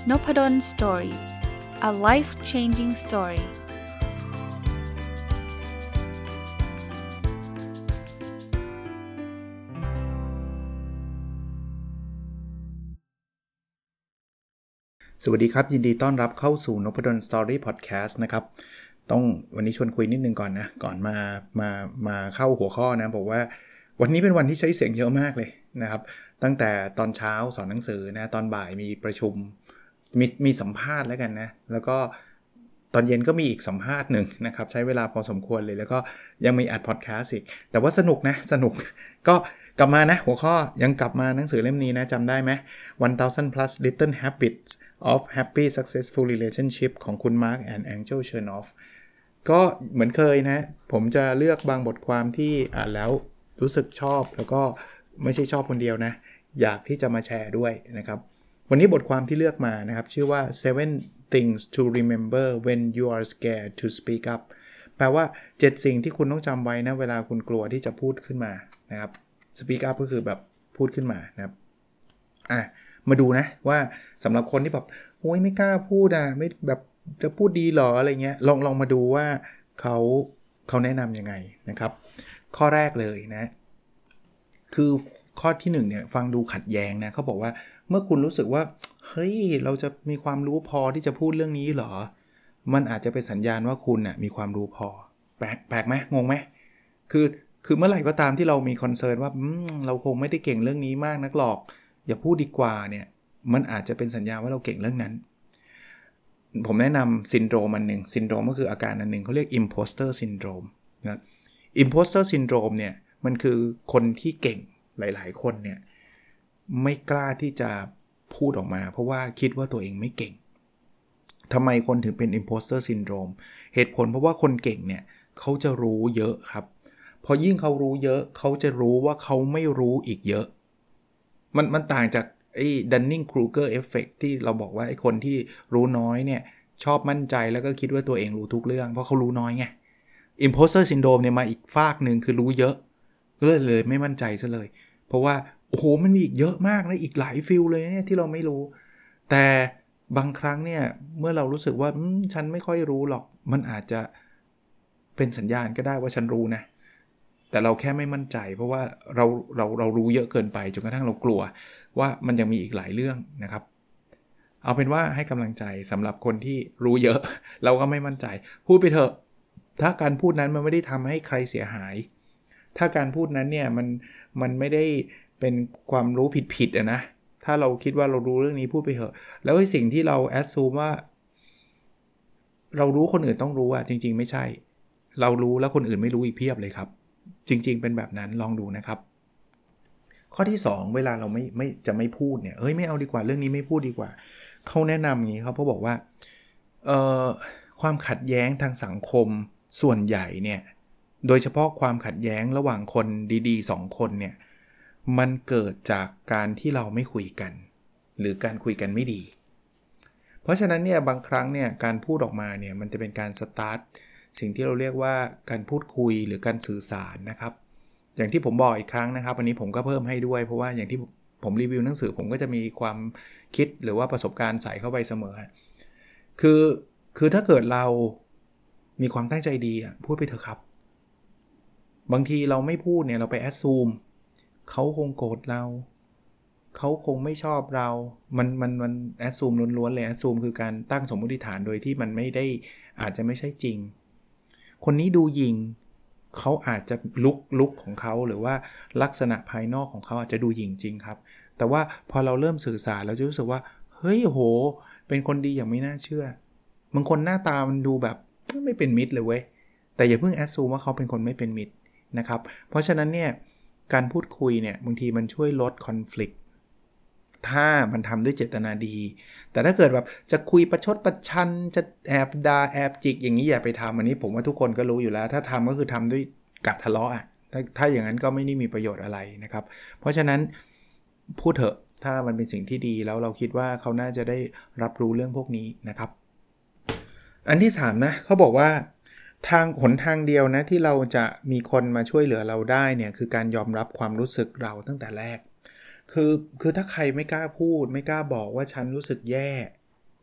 Nopadon Story. A life-changing story. สวัสดีครับยินดีต้อนรับเข้าสู่ Nopadon Story Podcast นะครับวันนี้ชวนคุยนิดนึงก่อนนะก่อนมาเข้าหัวข้อนะบอกว่าวันนี้เป็นวันที่ใช้เสียงเยอะมากเลยนะครับตั้งแต่ตอนเช้าสอนหนังสือนะตอนบ่ายมีประชุมมีสัมภาษณ์แล้วกันนะแล้วก็ตอนเย็นก็มีอีกสัมภาษณ์หนึ่งนะครับใช้เวลาพอสมควรเลยแล้วก็ยังมีอัดพอดแคสต์อีกแต่ว่าสนุกนะสนุกก็กลับมานะหัวข้อยังกลับมาหนังสือเล่มนี้นะจำได้ไหม 1000 plus little habits of happy successful relationship ของคุณ Mark and Angel Chernoff ก็เหมือนเคยนะผมจะเลือกบางบทความที่อ่านแล้วรู้สึกชอบแล้วก็ไม่ใช่ชอบคนเดียวนะอยากที่จะมาแชร์ด้วยนะครับวันนี้บทความที่เลือกมานะครับชื่อว่า 7 things to remember when you are scared to speak up แปลว่า7สิ่งที่คุณต้องจำไว้นะเวลาคุณกลัวที่จะพูดขึ้นมานะครับ speak up ก็คือแบบพูดขึ้นมานะครับมาดูนะว่าสำหรับคนที่แบบโอ๊ยไม่กล้าพูดไม่แบบจะพูดดีหรออะไรเงี้ยลองมาดูว่าเขาแนะนำยังไงนะครับข้อแรกเลยนะคือข้อที่1เนี่ยฟังดูขัดแย้งนะเขาบอกว่าเมื่อคุณรู้สึกว่าเฮ้ยเราจะมีความรู้พอที่จะพูดเรื่องนี้หรอมันอาจจะเป็นสัญญาณว่าคุณน่ะมีความรู้พอแปลกไหมงงไหมคือเมื่อไหร่ก็ตามที่เรามีคอนเซิร์นว่าเราคงไม่ได้เก่งเรื่องนี้มากนักหรอกอย่าพูดดีกว่าเนี่ยมันอาจจะเป็นสัญญาณว่าเราเก่งเรื่องนั้นผมแนะนำซินโดรมอันหนึ่งซินโดรมก็คืออาการอันหนึ่งเขาเรียก imposter syndrome นะ imposter syndrome เนี่ยมันคือคนที่เก่งหลายๆคนเนี่ยไม่กล้าที่จะพูดออกมาเพราะว่าคิดว่าตัวเองไม่เก่งทำไมคนถึงเป็น imposter syndrome เหตุผลเพราะว่าคนเก่งเนี่ยเขาจะรู้เยอะครับพอยิ่งเขารู้เยอะเขาจะรู้ว่าเขาไม่รู้อีกเยอะมันต่างจากไอ้ Dunning-Kruger effect ที่เราบอกว่าไอ้คนที่รู้น้อยเนี่ยชอบมั่นใจแล้วก็คิดว่าตัวเองรู้ทุกเรื่องเพราะเขารู้น้อยไง Imposter syndrome เนี่ยมาอีกฟากนึงคือรู้เยอะเลยไม่มั่นใจซะเลยเพราะว่าโอ้โหมันมีอีกเยอะมากนะอีกหลายฟิลเลยเนี่ยที่เราไม่รู้แต่บางครั้งเนี่ยเมื่อเรารู้สึกว่าฉันไม่ค่อยรู้หรอกมันอาจจะเป็นสัญญาณก็ได้ว่าฉันรู้นะแต่เราแค่ไม่มั่นใจเพราะว่าเรารู้เยอะเกินไปจนกระทั่งเรากลัวว่ามันยังมีอีกหลายเรื่องนะครับเอาเป็นว่าให้กำลังใจสำหรับคนที่รู้เยอะเราก็ไม่มั่นใจพูดไปเถอะถ้าการพูดนั้นมันไม่ได้ทำให้ใครเสียหายถ้าการพูดนั้นเนี่ยมันไม่ได้เป็นความรู้ผิดนะถ้าเราคิดว่าเรารู้เรื่องนี้พูดไปเถอะแล้วไอ้สิ่งที่เราแอสซูมว่าเรารู้คนอื่นต้องรู้จริงๆไม่ใช่เรารู้แล้วคนอื่นไม่รู้อีกเพียบเลยครับจริงๆเป็นแบบนั้นลองดูนะครับข้อที่2เวลาเราไม่พูดเนี่ยไม่เอาดีกว่าเรื่องนี้ไม่พูดดีกว่าเขาแนะนำอย่างนี้เขาบอกว่าความขัดแย้งทางสังคมส่วนใหญ่เนี่ยโดยเฉพาะความขัดแย้งระหว่างคนดีๆ2คนเนี่ยมันเกิดจากการที่เราไม่คุยกันหรือการคุยกันไม่ดีเพราะฉะนั้นเนี่ยบางครั้งเนี่ยการพูดออกมาเนี่ยมันจะเป็นการสตาร์ทสิ่งที่เราเรียกว่าการพูดคุยหรือการสื่อสารนะครับอย่างที่ผมบอกอีกครั้งนะครับวันนี้ผมก็เพิ่มให้ด้วยเพราะว่าอย่างที่ผมรีวิวหนังสือผมก็จะมีความคิดหรือว่าประสบการณ์ใส่เข้าไปเสมอคือถ้าเกิดเรามีความตั้งใจดีพูดไปเถอะครับบางทีเราไม่พูดเนี่ยเราไปแอสซูมเขาคงโกรธเราเขาคงไม่ชอบเรามันแอสซูมล้วนๆเลยแอสซูมคือการตั้งสมมติฐานโดยที่มันไม่ได้อาจจะไม่ใช่จริงคนนี้ดูหยิ่งเขาอาจจะลุกของเขาหรือว่าลักษณะภายนอกของเขาอาจจะดูหยิ่งจริงครับแต่ว่าพอเราเริ่มสื่อสารเราจะรู้สึกว่าเฮ้ยโหเป็นคนดีอย่างไม่น่าเชื่อบางคนหน้าตามันดูแบบไม่เป็นมิตรเลยเว้ยแต่อย่าเพิ่งแอสซูมว่าเขาเป็นคนไม่เป็นมิตรนะครับเพราะฉะนั้นเนี่ยการพูดคุยเนี่ยบางทีมันช่วยลดคอนฟลิกต์ถ้ามันทำด้วยเจตนาดีแต่ถ้าเกิดแบบจะคุยประชดประชันจะแอบด่าแอบจิกอย่างนี้อย่าไปทำอันนี้ผมว่าทุกคนก็รู้อยู่แล้วถ้าทำก็คือทำด้วยกะทะเลาะถ้าอย่างนั้นก็ไม่ได้มีประโยชน์อะไรนะครับเพราะฉะนั้นพูดเถอะถ้ามันเป็นสิ่งที่ดีแล้วเราคิดว่าเขาน่าจะได้รับรู้เรื่องพวกนี้นะครับอันที่3นะเขาบอกว่าหนทางเดียวนะที่เราจะมีคนมาช่วยเหลือเราได้เนี่ยคือการยอมรับความรู้สึกเราตั้งแต่แรกคือถ้าใครไม่กล้าพูดไม่กล้าบอกว่าฉันรู้สึกแย่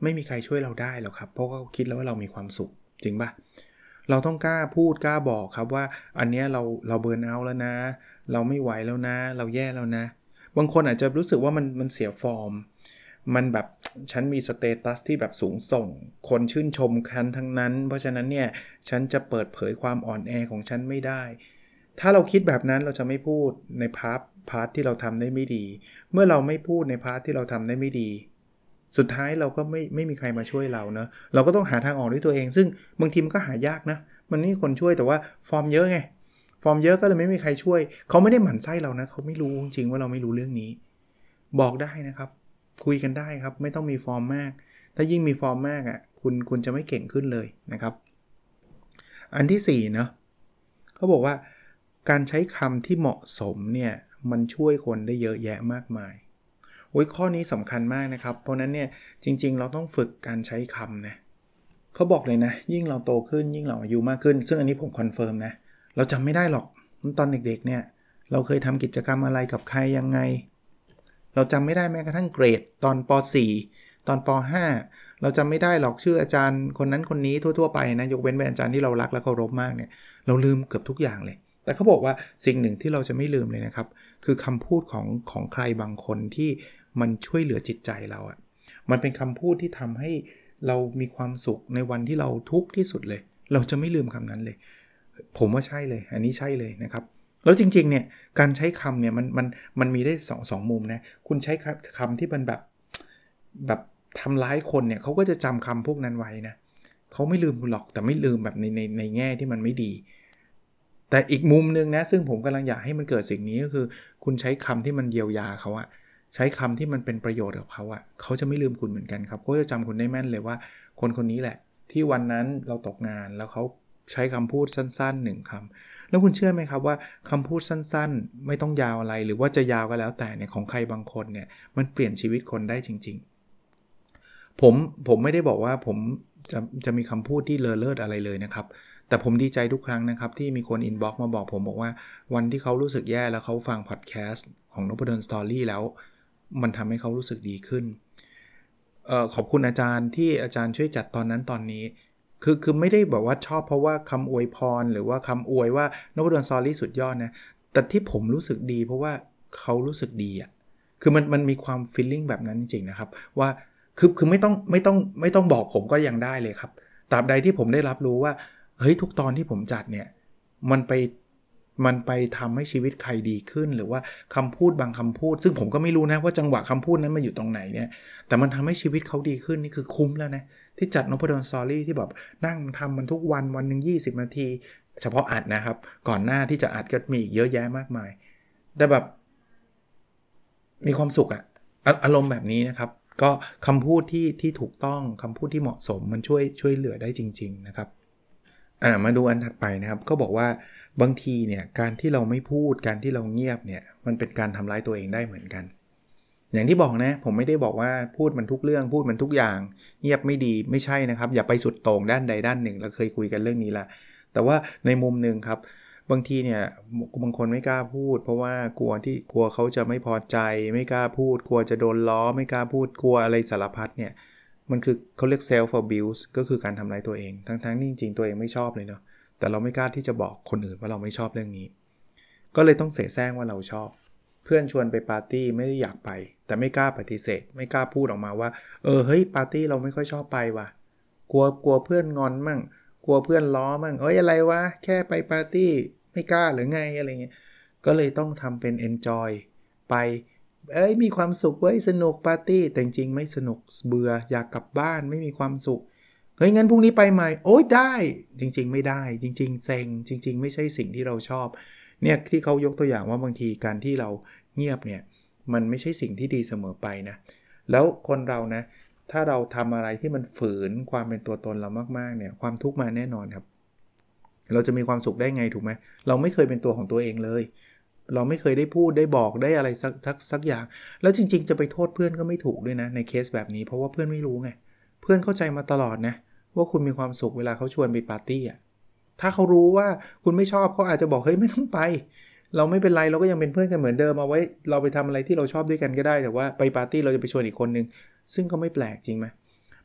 ไม่มีใครช่วยเราได้หรอกครับเพราะเขาคิดแล้วว่าเรามีความสุขจริงป่ะเราต้องกล้าพูดกล้าบอกครับว่าอันเนี้ยเราเบิร์นเอาท์แล้วนะเราไม่ไหวแล้วนะเราแย่แล้วนะบางคนอาจจะรู้สึกว่ามันเสียฟอร์มมันแบบฉันมีสเตตัสที่แบบสูงส่งคนชื่นชมฉันทั้งนั้นเพราะฉะนั้นเนี่ยฉันจะเปิดเผยความอ่อนแอของฉันไม่ได้ถ้าเราคิดแบบนั้นเราจะไม่พูดในพาร์ทที่เราทำได้ไม่ดีเมื่อเราไม่พูดในพาร์ทที่เราทำได้ไม่ดีสุดท้ายเราก็ไม่มีใครมาช่วยเราเนอะเราก็ต้องหาทางออกด้วยตัวเองซึ่งบางทีมันก็หายากนะมันไม่มีคนช่วยแต่ว่าฟอร์มเยอะไงฟอร์มเยอะก็เลยไม่มีใครช่วยเขาไม่ได้หมั่นไส้เรานะเขาไม่รู้จริงๆว่าเราไม่รู้เรื่องนี้บอกได้นะครับคุยกันได้ครับไม่ต้องมีฟอร์มมากถ้ายิ่งมีฟอร์มมากอ่ะคุณจะไม่เก่งขึ้นเลยนะครับอันที่4เนาะเขาบอกว่าการใช้คำที่เหมาะสมเนี่ยมันช่วยคนได้เยอะแยะมากมายโอ้ยข้อนี้สำคัญมากนะครับเพราะนั้นเนี่ยจริงๆเราต้องฝึกการใช้คำนะเขาบอกเลยนะยิ่งเราโตขึ้นยิ่งเราอายุมากขึ้นซึ่งอันนี้ผมคอนเฟิร์มนะเราจำไม่ได้หรอกตอนเด็กๆเนี่ยเราเคยทำกิจกรรมอะไรกับใครยังไงเราจำไม่ได้แม้กระทั่งเกรดตอนป.4 ตอนป.5 เราจำไม่ได้หรอกชื่ออาจารย์คนนั้นคนนี้ทั่วๆไปนะยกเว้นเป็นอาจารย์ที่เรารักและเคารพมากเนี่ยเราลืมเกือบทุกอย่างเลยแต่เขาบอกว่าสิ่งหนึ่งที่เราจะไม่ลืมเลยนะครับคือคำพูดของใครบางคนที่มันช่วยเหลือจิตใจเราอ่ะมันเป็นคำพูดที่ทำให้เรามีความสุขในวันที่เราทุกข์ที่สุดเลยเราจะไม่ลืมคำนั้นเลยผมว่าใช่เลยอันนี้ใช่เลยนะครับแล้วจริงๆเนี่ยการใช้คำเนี่ยมันมีได้สองมุมนะคุณใช้คำที่มันแบบทำร้ายคนเนี่ยเขาก็จะจำคำพวกนั้นไว้นะเขาไม่ลืมคุณหรอกแต่ไม่ลืมแบบในแง่ที่มันไม่ดีแต่อีกมุมนึงนะซึ่งผมกำลังอยากให้มันเกิดสิ่งนี้ก็คือคุณใช้คำที่มันเยียวยาเขาอะใช้คำที่มันเป็นประโยชน์กับเขาอะเขาจะไม่ลืมคุณเหมือนกันครับเขาจะจำคุณได้แม่นเลยว่าคนนี้แหละที่วันนั้นเราตกงานแล้วเขาใช้คำพูดสั้นๆ1คำแล้วคุณเชื่อไหมครับว่าคำพูดสั้นๆไม่ต้องยาวอะไรหรือว่าจะยาวก็แล้วแต่เนี่ยของใครบางคนเนี่ยมันเปลี่ยนชีวิตคนได้จริงๆผมไม่ได้บอกว่าผมจะมีคำพูดที่เลอเลิศอะไรเลยนะครับแต่ผมดีใจทุกครั้งนะครับที่มีคนอินบ็อกซ์มาบอกผมบอกว่าวันที่เขารู้สึกแย่แล้วเขาฟังพอดแคสต์ของนพดลสตอรี่แล้วมันทำให้เขารู้สึกดีขึ้นขอบคุณอาจารย์ที่อาจารย์ช่วยจัดตอนนั้นตอนนี้คือไม่ได้บอกว่าชอบเพราะว่าคำอวยพรหรือว่าคำอวยว่านพดลสตอรี่สุดยอดนะแต่ที่ผมรู้สึกดีเพราะว่าเขารู้สึกดีอ่ะคือมันมีความฟีลลิ่งแบบนั้นจริงๆนะครับว่าคือไม่ต้องบอกผมก็ยังได้เลยครับตราบใดที่ผมได้รับรู้ว่าเฮ้ยทุกตอนที่ผมจัดเนี่ยมันไปทำให้ชีวิตใครดีขึ้นหรือว่าคำพูดบางคำพูดซึ่งผมก็ไม่รู้นะว่าจังหวะคำพูดนั้นมาอยู่ตรงไหนเนี่ยแต่มันทำให้ชีวิตเขาดีขึ้นนี่คือคุ้มแล้วนะที่จัดนพดลสตอรี่ที่แบบนั่งทำมันทุกวันนึง20นาทีเฉพาะอัดนะครับก่อนหน้าที่จะอัดก็มีอีกเยอะแยะมากมายแต่แบบมีความสุขอะอารมณ์แบบนี้นะครับก็คำพูดที่ถูกต้องคำพูดที่เหมาะสมมันช่วยเหลือได้จริงๆนะครับมาดูอันถัดไปนะครับก็บอกว่าบางทีเนี่ยการที่เราไม่พูดการที่เราเงียบเนี่ยมันเป็นการทำร้ายตัวเองได้เหมือนกันอย่างที่บอกนะผมไม่ได้บอกว่าพูดมันทุกเรื่องพูดมันทุกอย่างเงียบไม่ดีไม่ใช่นะครับอย่าไปสุดโต่งด้านใดด้านหนึ่งเราเคยคุยกันเรื่องนี้ละแต่ว่าในมุมนึงครับบางทีเนี่ยบางคนไม่กล้าพูดเพราะว่ากลัวเขาจะไม่พอใจไม่กล้าพูดกลัวจะโดนล้อไม่กล้าพูดกลัวอะไรสารพัดเนี่ยมันคือเขาเรียก self abuse ก็คือการทำร้ายตัวเองทั้งที่จริงๆตัวเองไม่ชอบเลยเนาะแต่เราไม่กล้าที่จะบอกคนอื่นว่าเราไม่ชอบเรื่องนี้ก็เลยต้องเสแสร้งว่าเราชอบเพื่อนชวนไปปาร์ตี้ไม่ได้อยากไปแต่ไม่กล้าปฏิเสธไม่กล้าพูดออกมาว่าเฮ้ยปาร์ตี้เราไม่ค่อยชอบไปว่ะกลัวเพื่อนงอนมั่งกลัวเพื่อนล้อมั่งอะไรวะแค่ไปปาร์ตี้ไม่กล้าหรือไงอะไรเงี้ยก็เลยต้องทำเป็น enjoy ไปมีความสุขเว้ยสนุกปาร์ตี้แต่จริงไม่สนุกเบื่ออยากกลับบ้านไม่มีความสุขเฮ้ยงั้นพรุ่งนี้ไปใหม่โอ๊ยได้จริงๆไม่ได้จริงๆเซ็งจริงๆไม่ใช่สิ่งที่เราชอบเนี่ยที่เขายกตัวอย่างว่าบางทีการที่เราเงียบเนี่ยมันไม่ใช่สิ่งที่ดีเสมอไปนะแล้วคนเรานะถ้าเราทำอะไรที่มันฝืนความเป็นตัวตนเรามากๆเนี่ยความทุกข์มาแน่นอนครับเราจะมีความสุขได้ไงถูกไหมเราไม่เคยเป็นตัวของตัวเองเลยเราไม่เคยได้พูดได้บอกได้อะไรสักอย่างแล้วจริงๆจะไปโทษเพื่อนก็ไม่ถูกด้วยนะในเคสแบบนี้เพราะว่าเพื่อนไม่รู้ไงเพื่อนเข้าใจมาตลอดนะว่าคุณมีความสุขเวลาเขาชวนไปปาร์ตี้อ่ะถ้าเขารู้ว่าคุณไม่ชอบเขาอาจจะบอกเฮ้ยไม่ต้องไปเราไม่เป็นไรเราก็ยังเป็นเพื่อนกันเหมือนเดิมเอาไว้เราไปทำอะไรที่เราชอบด้วยกันก็ได้แต่ว่าไปปาร์ตี้เราจะไปชวนอีกคนนึงซึ่งก็ไม่แปลกจริงไหม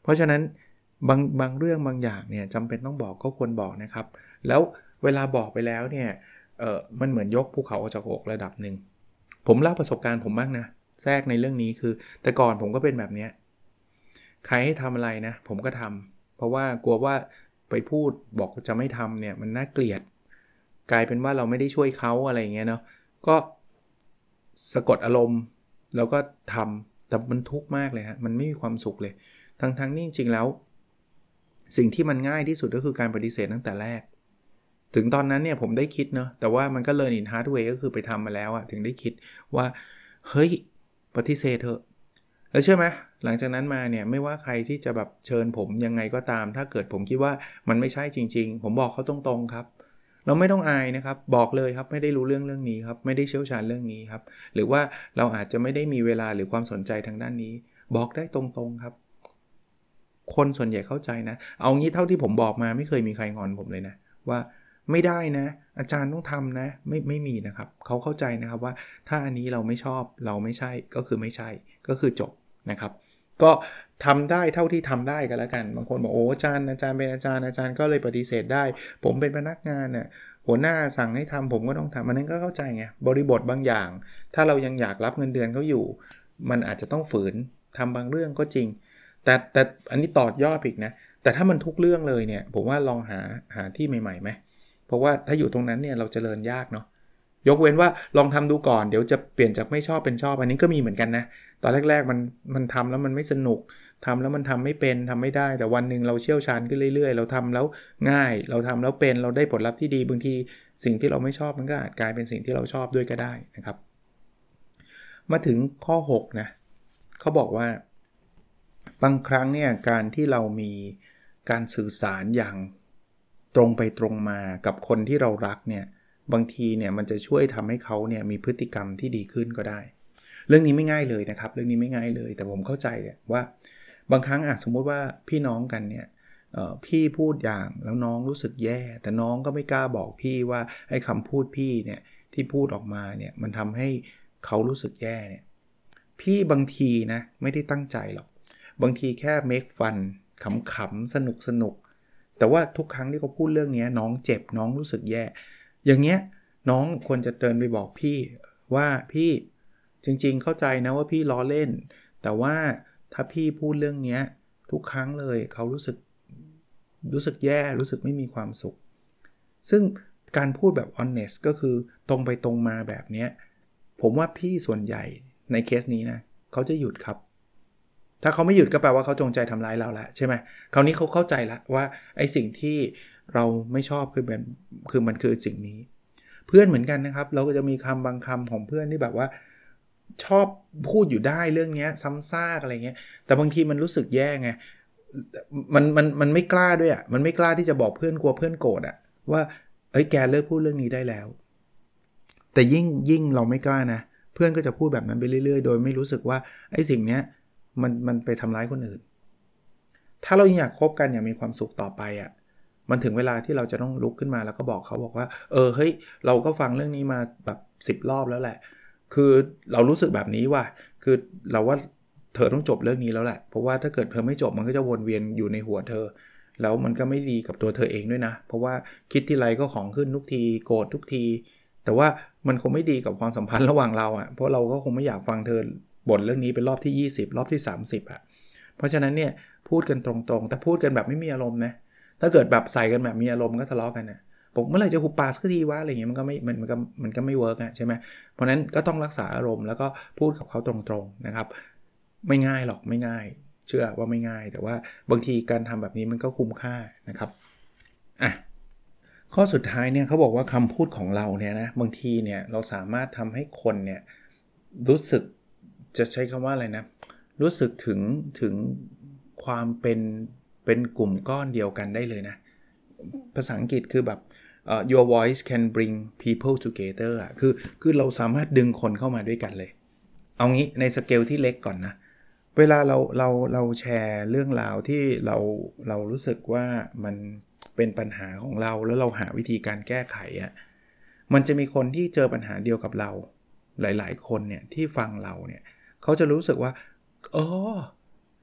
เพราะฉะนั้นบางเรื่องบางอย่างเนี่ยจำเป็นต้องบอกก็ควรบอกนะครับแล้วเวลาบอกไปแล้วเนี่ยมันเหมือนยกภูเขาออกจากอกระดับหนึ่งผมเล่าประสบการณ์ผมบ้างนะแทรกในเรื่องนี้คือแต่ก่อนผมก็เป็นแบบนี้ใครให้ทำอะไรนะผมก็ทำเพราะว่ากลัวว่าไปพูดบอกจะไม่ทำเนี่ยมันน่าเกลียดกลายเป็นว่าเราไม่ได้ช่วยเขาอะไรอย่างเงี้ยเนาะก็สะกดอารมณ์แล้วก็ทำแต่มันทุกข์มากเลยฮะมันไม่มีความสุขเลยทั้งนี่จริงๆแล้วสิ่งที่มันง่ายที่สุดก็คือการปฏิเสธตั้งแต่แรกถึงตอนนั้นเนี่ยผมได้คิดเนาะแต่ว่ามันก็ learn in hard way ก็คือไปทำมาแล้วอะถึงได้คิดว่าเฮ้ยปฏิเสธเถอะแล้วเชื่อไหมหลังจากนั้นมาเนี่ยไม่ว่าใครที่จะแบบเชิญผมยังไงก็ตามถ้าเกิดผมคิดว่ามันไม่ใช่จริงๆผมบอกเขาตรงๆครับเราไม่ต้องอายนะครับบอกเลยครับไม่ได้รู้เรื่องนี้ครับไม่ได้เชี่ยวชาญเรื่องนี้ครับหรือว่าเราอาจจะไม่ได้มีเวลาหรือความสนใจทางด้านนี้บอกได้ตรงๆครับคนส่วนใหญ่เข้าใจนะเอางี้เท่าที่ผมบอกมาไม่เคยมีใครงอนผมเลยนะว่าไม่ได้นะอาจารย์ต้องทำนะไม่มีนะครับเขาเข้าใจนะครับว่าถ้าอันนี้เราไม่ชอบเราไม่ใช่ก็คือไม่ใช่ก็คือจบนะครับก็ทำได้เท่าที่ทำได้กันแล้วกันบางคนบอกโอ้อาจารย์เป็นอาจารย์ก็เลยปฏิเสธได้ผมเป็นพนักงานน่ะหัวหน้าสั่งให้ทำผมก็ต้องทำอันนั้นก็เข้าใจไงบริบทบางอย่างถ้าเรายังอยากรับเงินเดือนเขาอยู่มันอาจจะต้องฝืนทำบางเรื่องก็จริงแต่อันนี้ต่อยอดอีกนะแต่ถ้ามันทุกเรื่องเลยเนี่ยผมว่าลองหาที่ใหม่ๆไหมเพราะว่าถ้าอยู่ตรงนั้นเนี่ยเราจเจริญยากเนาะยกเว้นว่าลองทำดูก่อนเดี๋ยวจะเปลี่ยนจากไม่ชอบเป็นชอบอันนี้ก็มีเหมือนกันนะตอนแรกๆมันทำแล้วมันไม่สนุกทำแล้วมันทำไม่เป็นทำไม่ได้แต่วันหนึ่งเราเชี่ยวชาญขึ้นเรื่อยๆเราทำแล้วง่ายเราทำแล้วเป็นเราได้ผลลัพธ์ที่ดีบางทีสิ่งที่เราไม่ชอบมันก็อาจกลายเป็นสิ่งที่เราชอบด้วยก็ได้นะครับมาถึงข้อ6นะเขาบอกว่าบางครั้งเนี่ยการที่เรามีการสื่อสารอย่างตรงไปตรงมากับคนที่เรารักเนี่ยบางทีเนี่ยมันจะช่วยทำให้เขาเนี่ยมีพฤติกรรมที่ดีขึ้นก็ได้เรื่องนี้ไม่ง่ายเลยนะครับเรื่องนี้ไม่ง่ายเลยแต่ผมเข้าใจว่าบางครั้งสมมุติว่าพี่น้องกันเนี่ยพี่พูดอย่างแล้วน้องรู้สึกแย่แต่น้องก็ไม่กล้าบอกพี่ว่าไอ้คำพูดพี่เนี่ยที่พูดออกมาเนี่ยมันทำให้เขารู้สึกแย่เนี่ยพี่บางทีนะไม่ได้ตั้งใจหรอกบางทีแค่ make fun ขำๆสนุกแต่ว่าทุกครั้งที่เขาพูดเรื่องนี้น้องเจ็บน้องรู้สึกแย่อย่างเงี้ยน้องควรจะเดินไปบอกพี่ว่าพี่จริงๆเข้าใจนะว่าพี่ล้อเล่นแต่ว่าถ้าพี่พูดเรื่องนี้ทุกครั้งเลยเขารู้สึกแย่รู้สึกไม่มีความสุขซึ่งการพูดแบบ honest ก็คือตรงไปตรงมาแบบนี้ผมว่าพี่ส่วนใหญ่ในเคสนี้นะเขาจะหยุดครับถ้าเขาไม่หยุดก็แปลว่าเขาจงใจทำร้ายเราแล้วใช่ไหมคราวนี้เขาเข้าใจแล้วว่าไอ้สิ่งที่เราไม่ชอบคือมันคือสิ่งนี้เพื่อนเหมือนกันนะครับเราก็จะมีคำบางคำของเพื่อนที่แบบว่าชอบพูดอยู่ได้เรื่องนี้ซ้ำซากอะไรเงี้ยแต่บางทีมันรู้สึกแย่ไงมันไม่กล้าด้วยอ่ะมันไม่กล้าที่จะบอกเพื่อนกลัวเพื่อนโกรธอ่ะว่าเอ้ยแกเลิกพูดเรื่องนี้ได้แล้วแต่ยิ่งเราไม่กล้านะเพื่อนก็จะพูดแบบนั้นไปเรื่อยๆโดยไม่รู้สึกว่าไอ้สิ่งเนี้ยมันไปทำร้ายคนอื่นถ้าเราอยากคบกันอย่างมีความสุขต่อไปอ่ะมันถึงเวลาที่เราจะต้องลุกขึ้นมาแล้วก็บอกเขาบอกว่าเฮ้ยเราก็ฟังเรื่องนี้มาแบบ10 รอบแล้วแหละคือเรารู้สึกแบบนี้ว่ะคือเราว่าเธอต้องจบเรื่องนี้แล้วแหละเพราะว่าถ้าเกิดเธอไม่จบมันก็จะวนเวียนอยู่ในหัวเธอแล้วมันก็ไม่ดีกับตัวเธอเองด้วยนะเพราะว่าคิดทีไรก็ของขึ้นทุกทีโกรธทุกทีแต่ว่ามันคงไม่ดีกับความสัมพันธ์ระหว่างเราอ่ะเพราะเราก็คงไม่อยากฟังเธอบ่นเรื่องนี้เป็นรอบที่20รอบที่30อ่ะเพราะฉะนั้นเนี่ยพูดกันตรงๆแต่พูดกันแบบไม่มีอารมณ์นะถ้าเกิดแบบใส่กันแบบมีอารมณ์ก็ทะเลาะกันนะผมเมื่อไหร่จะหุบปากสักทีวะอะไรเงี้ยมันก็ไม่เวิร์กอ่ะใช่ไหมเพราะนั้นก็ต้องรักษาอารมณ์แล้วก็พูดกับเขาตรงๆนะครับไม่ง่ายหรอกไม่ง่ายเชื่อว่าไม่ง่ายแต่ว่าบางทีการทำแบบนี้มันก็คุ้มค่านะครับอ่ะข้อสุดท้ายเนี่ยเขาบอกว่าคำพูดของเราเนี่ยนะบางทีเนี่ยเราสามารถทำให้คนเนี่ยรู้สึกจะใช้คำว่าอะไรนะรู้สึกถึงความเป็นกลุ่มก้อนเดียวกันได้เลยนะภาษาอังกฤษคือแบบyour voice can bring people together อ่ะคือเราสามารถดึงคนเข้ามาด้วยกันเลยเอางี้ในสเกลที่เล็กก่อนนะเวลาเราแชร์เรื่องราวที่เรารู้สึกว่ามันเป็นปัญหาของเราแล้วเราหาวิธีการแก้ไขอ่ะมันจะมีคนที่เจอปัญหาเดียวกับเราหลายๆคนเนี่ยที่ฟังเราเนี่ยเขาจะรู้สึกว่า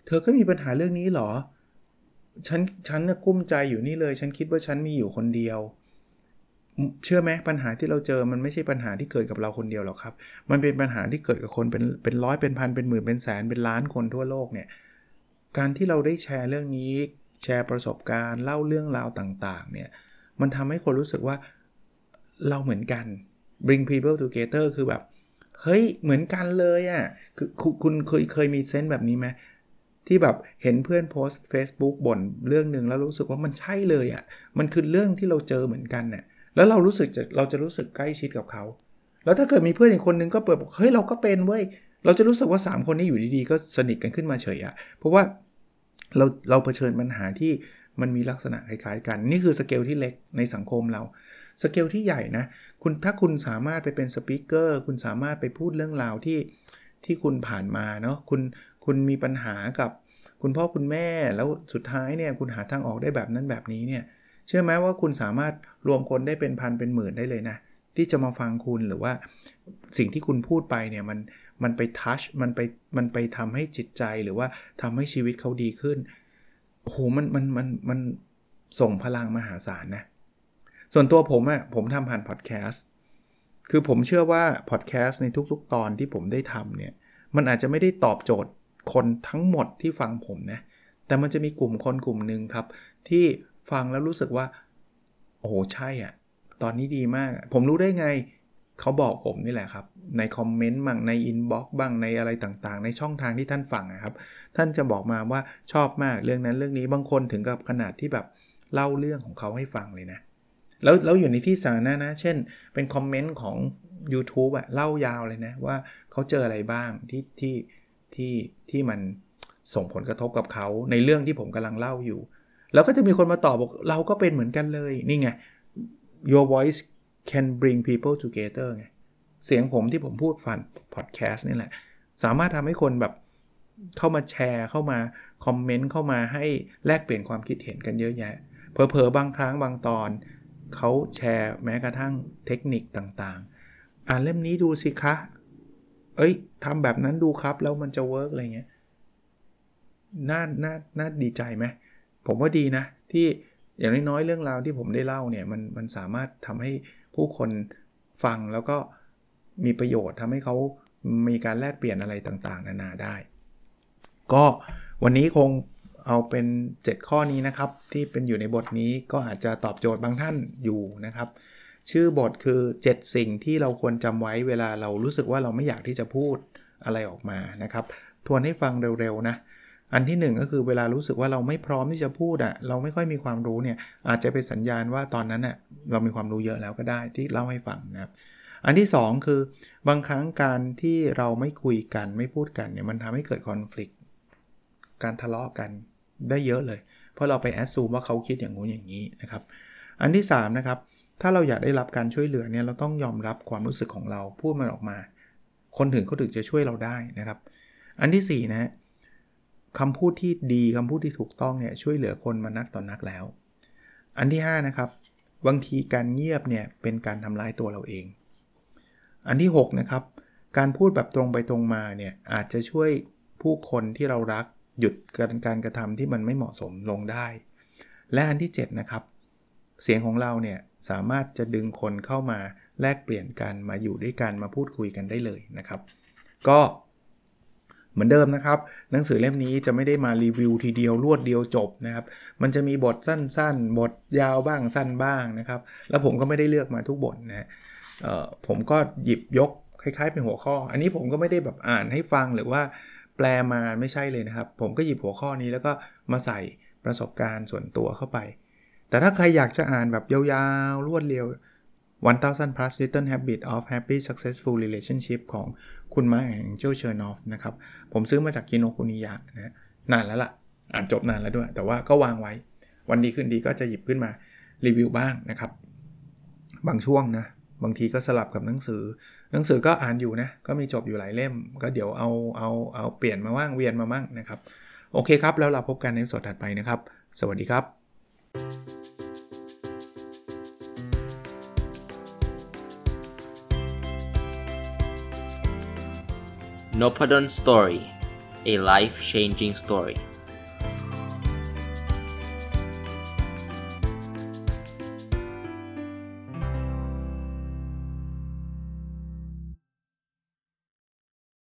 เธอก็มีปัญหาเรื่องนี้หรอฉันน่ะกุ้มใจอยู่นี่เลยฉันคิดว่าฉันมีอยู่คนเดียวเชื่อไหมปัญหาที่เราเจอมันไม่ใช่ปัญหาที่เกิดกับเราคนเดียวหรอกครับมันเป็นปัญหาที่เกิดกับคนเป็นร้อยเป็นพันเป็นหมื่นเป็นแสนเป็นล้านคนทั่วโลกเนี่ยการที่เราได้แชร์เรื่องนี้แชร์ประสบการณ์เล่าเรื่องราวต่างๆเนี่ยมันทำให้คนรู้สึกว่าเราเหมือนกัน bring people together คือแบบเฮ้ยเหมือนกันเลยอ่ะคือคุณเคยมีเซนส์แบบนี้ไหมที่แบบเห็นเพื่อนโพสต์ Facebook บ่นเรื่องนึงแล้วรู้สึกว่ามันใช่เลยอ่ะมันคือเรื่องที่เราเจอเหมือนกันน่ะแล้วเราจะรู้สึกใกล้ชิดกับเขาแล้วถ้าเกิดมีเพื่อนอีกคนนึงก็เปิดบอกเฮ้ยเราก็เป็นเว้ยเราจะรู้สึกว่า3คนนี้อยู่ดีๆก็สนิทกันขึ้นมาเฉยอ่ะเพราะว่าเราเผชิญปัญหาที่มันมีลักษณะคล้ายๆกันนี่คือสเกลที่เล็กในสังคมเราสเกลที่ใหญ่นะถ้าคุณสามารถไปเป็นสปีกเกอร์คุณสามารถไปพูดเรื่องราวที่คุณผ่านมาเนาะคุณมีปัญหากับคุณพ่อคุณแม่แล้วสุดท้ายเนี่ยคุณหาทางออกได้แบบนั้นแบบนี้เนี่ยเชื่อไหมว่าคุณสามารถรวมคนได้เป็นพันเป็นหมื่นได้เลยนะที่จะมาฟังคุณหรือว่าสิ่งที่คุณพูดไปเนี่ยมันไปทัชมันไปทำให้จิตใจหรือว่าทำให้ชีวิตเขาดีขึ้นโอ้โหมันส่งพลังมหาศาลนะส่วนตัวผมทำผ่านพอดแคสต์คือผมเชื่อว่าพอดแคสต์ในทุกๆตอนที่ผมได้ทำเนี่ยมันอาจจะไม่ได้ตอบโจทย์คนทั้งหมดที่ฟังผมนะแต่มันจะมีกลุ่มคนกลุ่มนึงครับที่ฟังแล้วรู้สึกว่าโอ้โหใช่อ่ะตอนนี้ดีมากผมรู้ได้ไงเขาบอกผมนี่แหละครับในคอมเมนต์บ้างในอินบ็อกซ์บ้างในอะไรต่างๆในช่องทางที่ท่านฟังนะครับท่านจะบอกมาว่าชอบมากเรื่องนั้นเรื่องนี้บางคนถึงกับขนาดที่แบบเล่าเรื่องของเขาให้ฟังเลยนะแล้วอยู่ในที่สาธารณะนะเช่นเป็นคอมเมนต์ของ YouTube อะเล่ายาวเลยนะว่าเขาเจออะไรบ้างที่มันส่งผลกระทบกับเขาในเรื่องที่ผมกำลังเล่าอยู่แล้วก็จะมีคนมาตอบบอกเราก็เป็นเหมือนกันเลยนี่ไง your voice can bring people together ไงเสียงผมที่ผมพูดผ่านพอดแคสต์นี่แหละสามารถทำให้คนแบบเข้ามาแชร์เข้ามาคอมเมนต์เข้ามาให้แลกเปลี่ยนความคิดเห็นกันเยอะแยะเผลอๆบางครั้งบางตอนเขาแชร์แม้กระทั่งเทคนิคต่างๆอ่านเล่มนี้ดูสิคะทำแบบนั้นดูครับแล้วมันจะเวิร์กอะไรเงี้ยน่าดีใจไหมผมว่าดีนะที่อย่างน้อยๆเรื่องราวที่ผมได้เล่าเนี่ยมันสามารถทำให้ผู้คนฟังแล้วก็มีประโยชน์ทำให้เขามีการแลกเปลี่ยนอะไรต่างๆนานาได้ก็วันนี้คงเอาเป็น7ข้อนี้นะครับที่เป็นอยู่ในบทนี้ก็อาจจะตอบโจทย์บางท่านอยู่นะครับชื่อบทคือ7สิ่งที่เราควรจำไว้เวลาเรารู้สึกว่าเราไม่อยากที่จะพูดอะไรออกมานะครับทวนให้ฟังเร็วๆนะอันที่1ก็คือเวลารู้สึกว่าเราไม่พร้อมที่จะพูดเราไม่ค่อยมีความรู้เนี่ยอาจจะเป็นสัญญาณว่าตอนนั้นเรามีความรู้เยอะแล้วก็ได้ที่เล่าให้ฟังนะครับอันที่2คือบางครั้งการที่เราไม่คุยกันไม่พูดกันเนี่ยมันทำให้เกิดคอนฟลิกต์การทะเลาะกันได้เยอะเลยเพราะเราไปแอสซูมว่าเขาคิดอย่างงู้นอย่างนี้นะครับอันที่3นะครับถ้าเราอยากได้รับการช่วยเหลือเนี่ยเราต้องยอมรับความรู้สึกของเราพูดมันออกมาคนถึงเขาถึงจะช่วยเราได้นะครับอันที่4นะคำพูดที่ดีคำพูดที่ถูกต้องเนี่ยช่วยเหลือคนมานักต่อนักแล้วอันที่5นะครับบางทีการเงียบเนี่ยเป็นการทำร้ายตัวเราเองอันที่6นะครับการพูดแบบตรงไปตรงมาเนี่ยอาจจะช่วยผู้คนที่เรารักหยุดการกระทำที่มันไม่เหมาะสมลงได้และอันที่7นะครับเสียงของเราเนี่ยสามารถจะดึงคนเข้ามาแลกเปลี่ยนกันมาอยู่ด้วยกันมาพูดคุยกันได้เลยนะครับก็เหมือนเดิมนะครับหนังสือเล่มนี้จะไม่ได้มารีวิวทีเดียวรวดเดียวจบนะครับมันจะมีบทสั้นๆบทยาวบ้างสั้นบ้างนะครับแล้วผมก็ไม่ได้เลือกมาทุกบทนะผมก็หยิบยกคล้ายๆเป็นหัวข้ออันนี้ผมก็ไม่ได้แบบอ่านให้ฟังหรือว่าแปลมาไม่ใช่เลยนะครับผมก็หยิบหัวข้อนี้แล้วก็มาใส่ประสบการณ์ส่วนตัวเข้าไปแต่ถ้าใครอยากจะอ่านแบบยาวๆรวดเร็ว 1000 plus little habits of happy successful relationship ของคุณมาแองเจลเชอร์นอฟนะครับผมซื้อมาจากกิโนคุนิยะนะนานแล้วล่ะอ่านจบนานแล้วด้วยแต่ว่าก็วางไว้วันดีขึ้นดีก็จะหยิบขึ้นมารีวิวบ้างนะครับบางช่วงนะบางทีก็สลับกับหนังสือก็อ่านอยู่นะก็มีจบอยู่หลายเล่มก็เดี๋ยวเอาเปลี่ยนมาบ้างเวียนมาบ้างนะครับโอเคครับแล้วเราพบกันในสดถัดไปนะครับสวัสดีครับ Nopadon Story a life-changing story